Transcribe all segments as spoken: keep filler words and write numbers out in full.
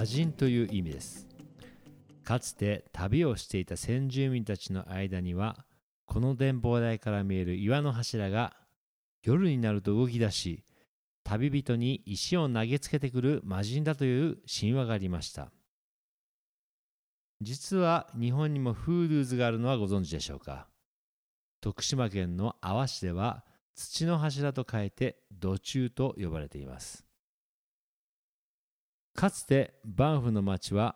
魔人という意味です。かつて旅をしていた先住民たちの間には、この展望台から見える岩の柱が夜になると動き出し、旅人に石を投げつけてくる魔人だという神話がありました。実は日本にもフードゥーズがあるのはご存知でしょうか。徳島県の阿波市では土の柱と書いて土柱と呼ばれています。かつてバンフの町は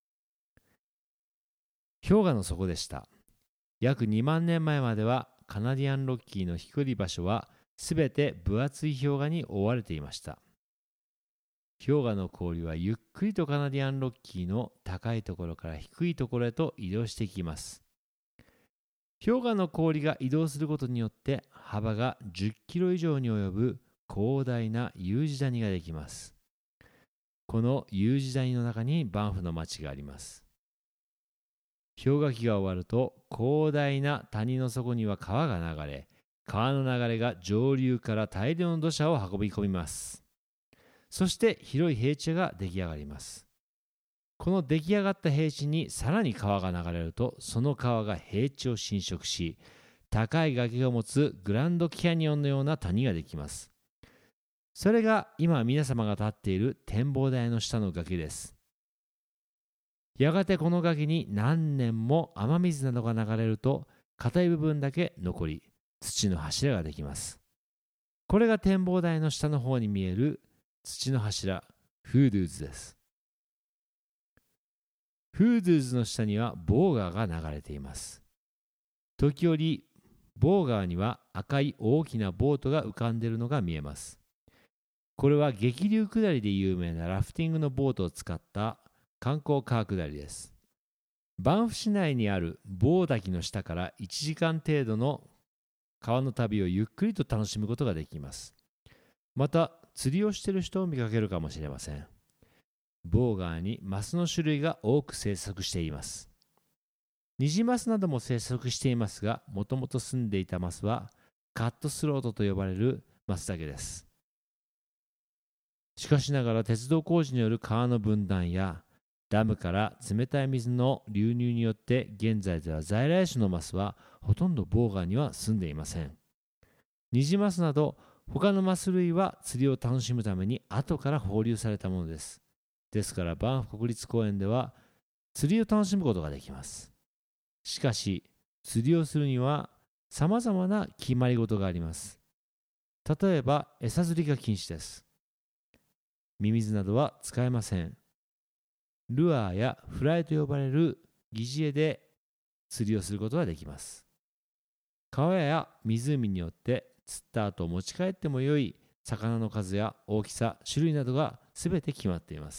氷河の底でした。約にまんねんまえまではカナディアンロッキーの低い場所はすべて分厚い氷河に覆われていました。氷河の氷はゆっくりとカナディアンロッキーの高いところから低いところへと移動していきます。氷河の氷が移動することによって幅がじゅっキロ以上に及ぶ広大な U 字谷ができます。この U 字谷の中にバンフの町があります。氷河期が終わると広大な谷の底には川が流れ、川の流れが上流から大量の土砂を運び込みます。そして広い平地が出来上がります。この出来上がった平地にさらに川が流れると、その川が平地を侵食し、高い崖を持つグランドキャニオンのような谷ができます。それが今皆様が立っている展望台の下の崖です。やがてこの崖に何年も雨水などが流れると、硬い部分だけ残り、土の柱ができます。これが展望台の下の方に見える土の柱、フードゥーズです。フードゥーズの下にはボー川が流れています。時折、ボー川には赤い大きなボートが浮かんでいるのが見えます。これは激流下りで有名なラフティングのボートを使った観光川下りです。バンフ市内にあるボー滝の下からいちじかん程度の川の旅をゆっくりと楽しむことができます。また、釣りをしている人を見かけるかもしれません。ボー川にマスの種類が多く生息しています。ニジマスなども生息していますが、もともと住んでいたマスはカットスロートと呼ばれるマスだけです。しかしながら鉄道工事による川の分断やダムから冷たい水の流入によって現在では在来種のマスはほとんどボー川には住んでいません。ニジマスなど他のマス類は釣りを楽しむために後から放流されたものです。ですからバンフ国立公園では釣りを楽しむことができます。しかし釣りをするには様々な決まり事があります。例えば餌釣りが禁止です。ミミズなどは使えません。ルアーやフライと呼ばれる疑似餌で釣りをすることができます。川や湖によって釣った後持ち帰っても良い魚の数や大きさ、種類などがすべて決まっています。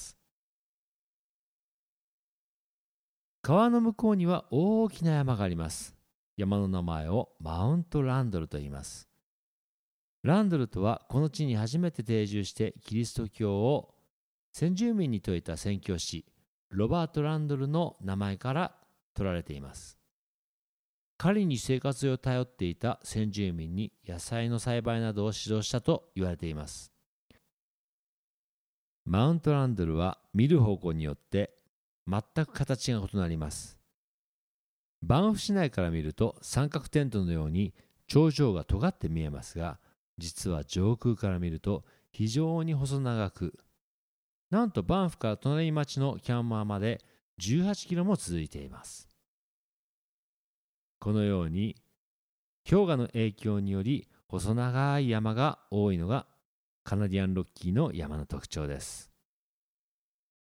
川の向こうには大きな山があります。山の名前をマウントランドルと言います。ランドルとはこの地に初めて定住してキリスト教を先住民に説いた宣教師ロバート・ランドルの名前から取られています。彼に生活を頼っていた先住民に野菜の栽培などを指導したと言われています。マウントランドルは見る方向によって全く形が異なります。バンフ市内から見ると三角テントのように頂上が尖って見えますが、実は上空から見ると非常に細長く、なんとバンフから隣町のキャンマーまでじゅうはちキロも続いています。このように氷河の影響により細長い山が多いのがカナディアンロッキーの山の特徴です。